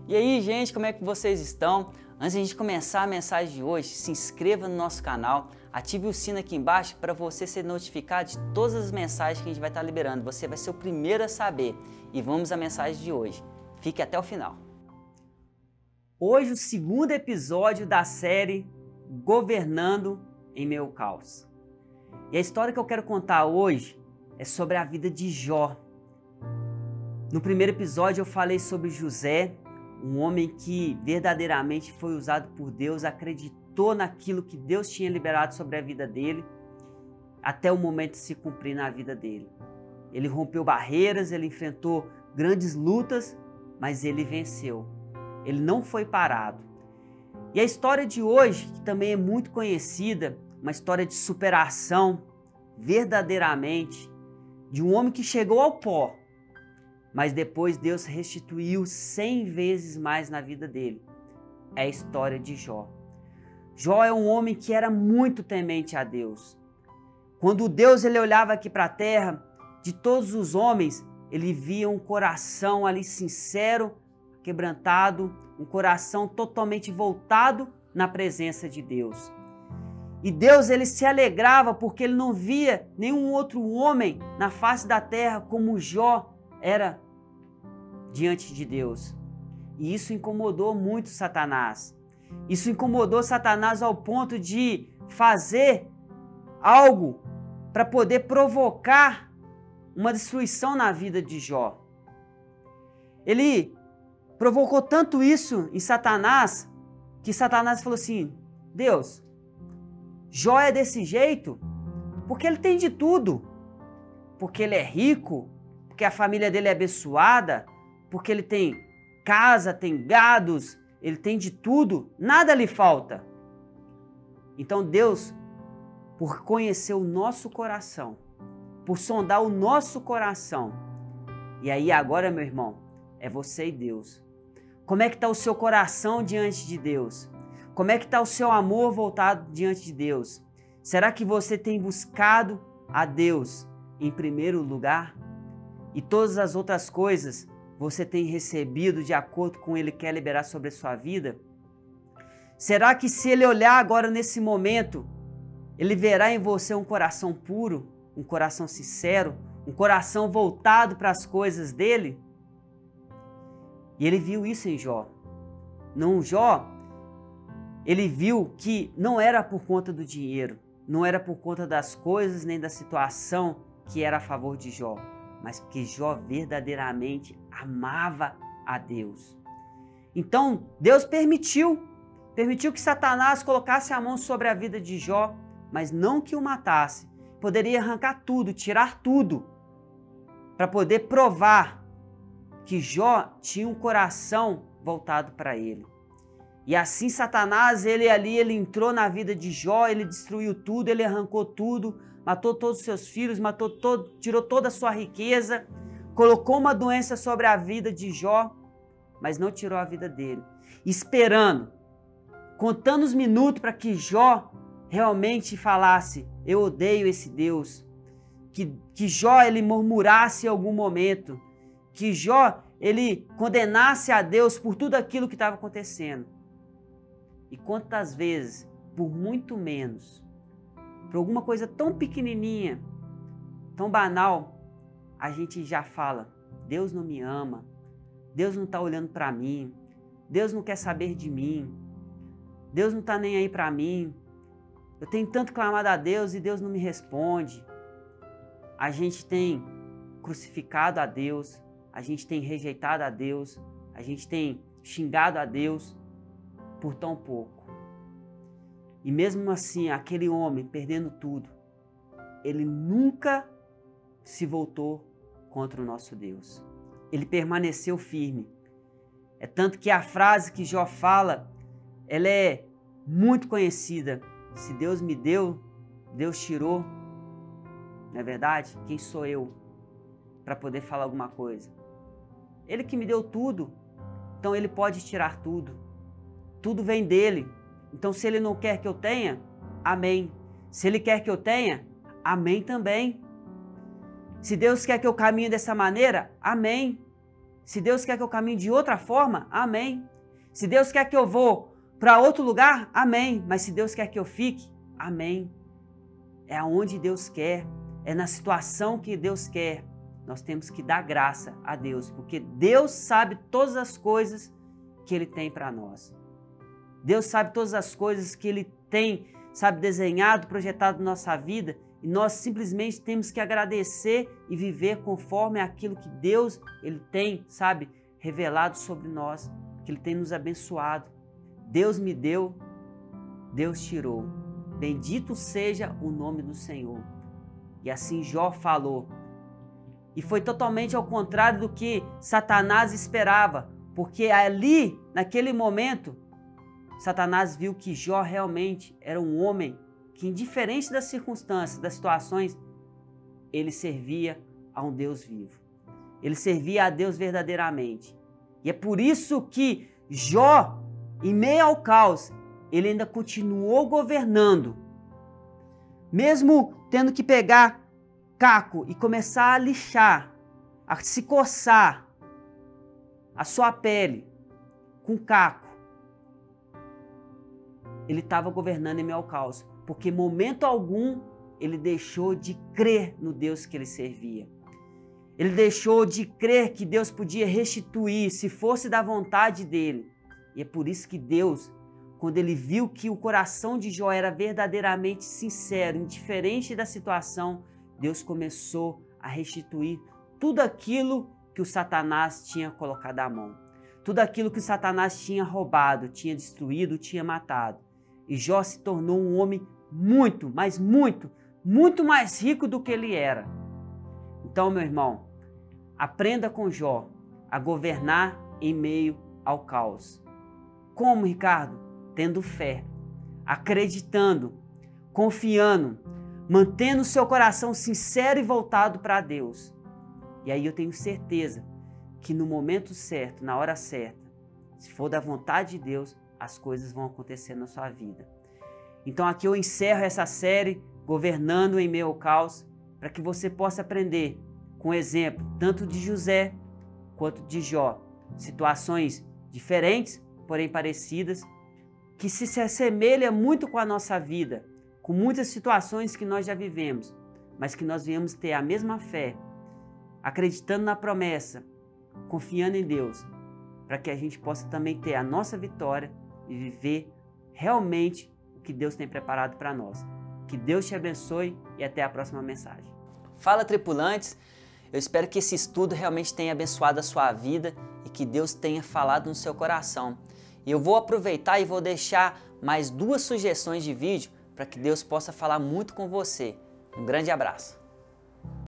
E aí, gente, como é que vocês estão? Antes de a gente começar a mensagem de hoje, se inscreva no nosso canal, ative o sino aqui embaixo para você ser notificado de todas as mensagens que a gente vai estar liberando. Você vai ser o primeiro a saber. E vamos à mensagem de hoje. Fique até o final. Hoje, o segundo episódio da série Governando em Meio ao Caos. E a história que eu quero contar hoje é sobre a vida de Jó. No primeiro episódio eu falei sobre José, um homem que verdadeiramente foi usado por Deus, acreditou naquilo que Deus tinha liberado sobre a vida dele, até o momento de se cumprir na vida dele. Ele rompeu barreiras, ele enfrentou grandes lutas, mas ele venceu. Ele não foi parado. E a história de hoje, que também é muito conhecida, uma história de superação, verdadeiramente, de um homem que chegou ao pó, mas depois Deus restituiu 100 vezes mais na vida dele. É a história de Jó. Jó é um homem que era muito temente a Deus. Quando Deus ele olhava aqui para a terra, de todos os homens, ele via um coração ali sincero, quebrantado, um coração totalmente voltado na presença de Deus. E Deus ele se alegrava porque ele não via nenhum outro homem na face da terra como Jó era diante de Deus. E isso incomodou muito Satanás. Isso incomodou Satanás ao ponto de fazer algo para poder provocar uma destruição na vida de Jó. Ele provocou tanto isso em Satanás, que Satanás falou assim: Deus, Jó é desse jeito porque ele tem de tudo. Porque ele é rico, porque a família dele é abençoada, porque ele tem casa, tem gados, ele tem de tudo, nada lhe falta. Então Deus, por conhecer o nosso coração, por sondar o nosso coração, e aí agora, meu irmão, é você e Deus. Como é que está o seu coração diante de Deus? Como é que está o seu amor voltado diante de Deus? Será que você tem buscado a Deus em primeiro lugar? E todas as outras coisas você tem recebido de acordo com o que Ele quer liberar sobre a sua vida? Será que se Ele olhar agora nesse momento, Ele verá em você um coração puro, um coração sincero, um coração voltado para as coisas dEle? E Ele viu isso em Jó. Não, Jó, ele viu que não era por conta do dinheiro, não era por conta das coisas nem da situação que era a favor de Jó, mas porque Jó verdadeiramente amava a Deus. Então, Deus permitiu que Satanás colocasse a mão sobre a vida de Jó, mas não que o matasse. Poderia arrancar tudo, tirar tudo, para poder provar que Jó tinha um coração voltado para ele. E assim Satanás, ele entrou na vida de Jó, ele destruiu tudo, ele arrancou tudo, matou todos os seus filhos, tirou toda a sua riqueza, colocou uma doença sobre a vida de Jó, mas não tirou a vida dele. Esperando, contando os minutos para que Jó realmente falasse: eu odeio esse Deus. Que Jó ele murmurasse em algum momento, que Jó ele condenasse a Deus por tudo aquilo que estava acontecendo. E quantas vezes, por muito menos, por alguma coisa tão pequenininha, tão banal, a gente já fala: Deus não me ama, Deus não está olhando para mim, Deus não quer saber de mim, Deus não está nem aí para mim, eu tenho tanto clamado a Deus e Deus não me responde. A gente tem crucificado a Deus, a gente tem rejeitado a Deus, a gente tem xingado a Deus por tão pouco. E mesmo assim, aquele homem perdendo tudo, ele nunca se voltou contra o nosso Deus. Ele permaneceu firme. É tanto que a frase que Jó fala, ela é muito conhecida. Se Deus me deu, Deus tirou. Não é verdade? Quem sou eu para poder falar alguma coisa? Ele que me deu tudo, então Ele pode tirar tudo. Tudo vem dEle. Então se Ele não quer que eu tenha, amém. Se Ele quer que eu tenha, amém também. Se Deus quer que eu caminhe dessa maneira, amém. Se Deus quer que eu caminhe de outra forma, amém. Se Deus quer que eu vou para outro lugar, amém. Mas se Deus quer que eu fique, amém. É aonde Deus quer, é na situação que Deus quer. Nós temos que dar graça a Deus, porque Deus sabe todas as coisas que Ele tem para nós. Deus sabe todas as coisas que Ele tem, sabe, desenhado, projetado na nossa vida, e nós simplesmente temos que agradecer e viver conforme aquilo que Deus, Ele tem, sabe, revelado sobre nós, que Ele tem nos abençoado. Deus me deu, Deus tirou. Bendito seja o nome do Senhor. E assim Jó falou. E foi totalmente ao contrário do que Satanás esperava, porque ali, naquele momento, Satanás viu que Jó realmente era um homem que, indiferente das circunstâncias, das situações, ele servia a um Deus vivo. Ele servia a Deus verdadeiramente. E é por isso que Jó, em meio ao caos, ele ainda continuou governando. Mesmo tendo que pegar caco e começar a lixar, a se coçar a sua pele com caco, ele estava governando em meio ao caos, porque em momento algum ele deixou de crer no Deus que ele servia. Ele deixou de crer que Deus podia restituir se fosse da vontade dele. E é por isso que Deus, quando ele viu que o coração de Jó era verdadeiramente sincero, indiferente da situação, Deus começou a restituir tudo aquilo que o Satanás tinha colocado à mão. Tudo aquilo que o Satanás tinha roubado, tinha destruído, tinha matado. E Jó se tornou um homem muito, mas muito, muito mais rico do que ele era. Então, meu irmão, aprenda com Jó a governar em meio ao caos. Como, Ricardo? Tendo fé, acreditando, confiando, mantendo o seu coração sincero e voltado para Deus. E aí eu tenho certeza que no momento certo, na hora certa, se for da vontade de Deus, as coisas vão acontecer na sua vida. Então aqui eu encerro essa série, Governando em Meio ao Caos, para que você possa aprender com o exemplo tanto de José quanto de Jó. Situações diferentes, porém parecidas, que se assemelha muito com a nossa vida, com muitas situações que nós já vivemos, mas que nós viemos ter a mesma fé, acreditando na promessa, confiando em Deus, para que a gente possa também ter a nossa vitória e viver realmente o que Deus tem preparado para nós. Que Deus te abençoe e até a próxima mensagem. Fala, tripulantes! Eu espero que esse estudo realmente tenha abençoado a sua vida e que Deus tenha falado no seu coração. E eu vou aproveitar e vou deixar mais 2 sugestões de vídeo para que Deus possa falar muito com você. Um grande abraço!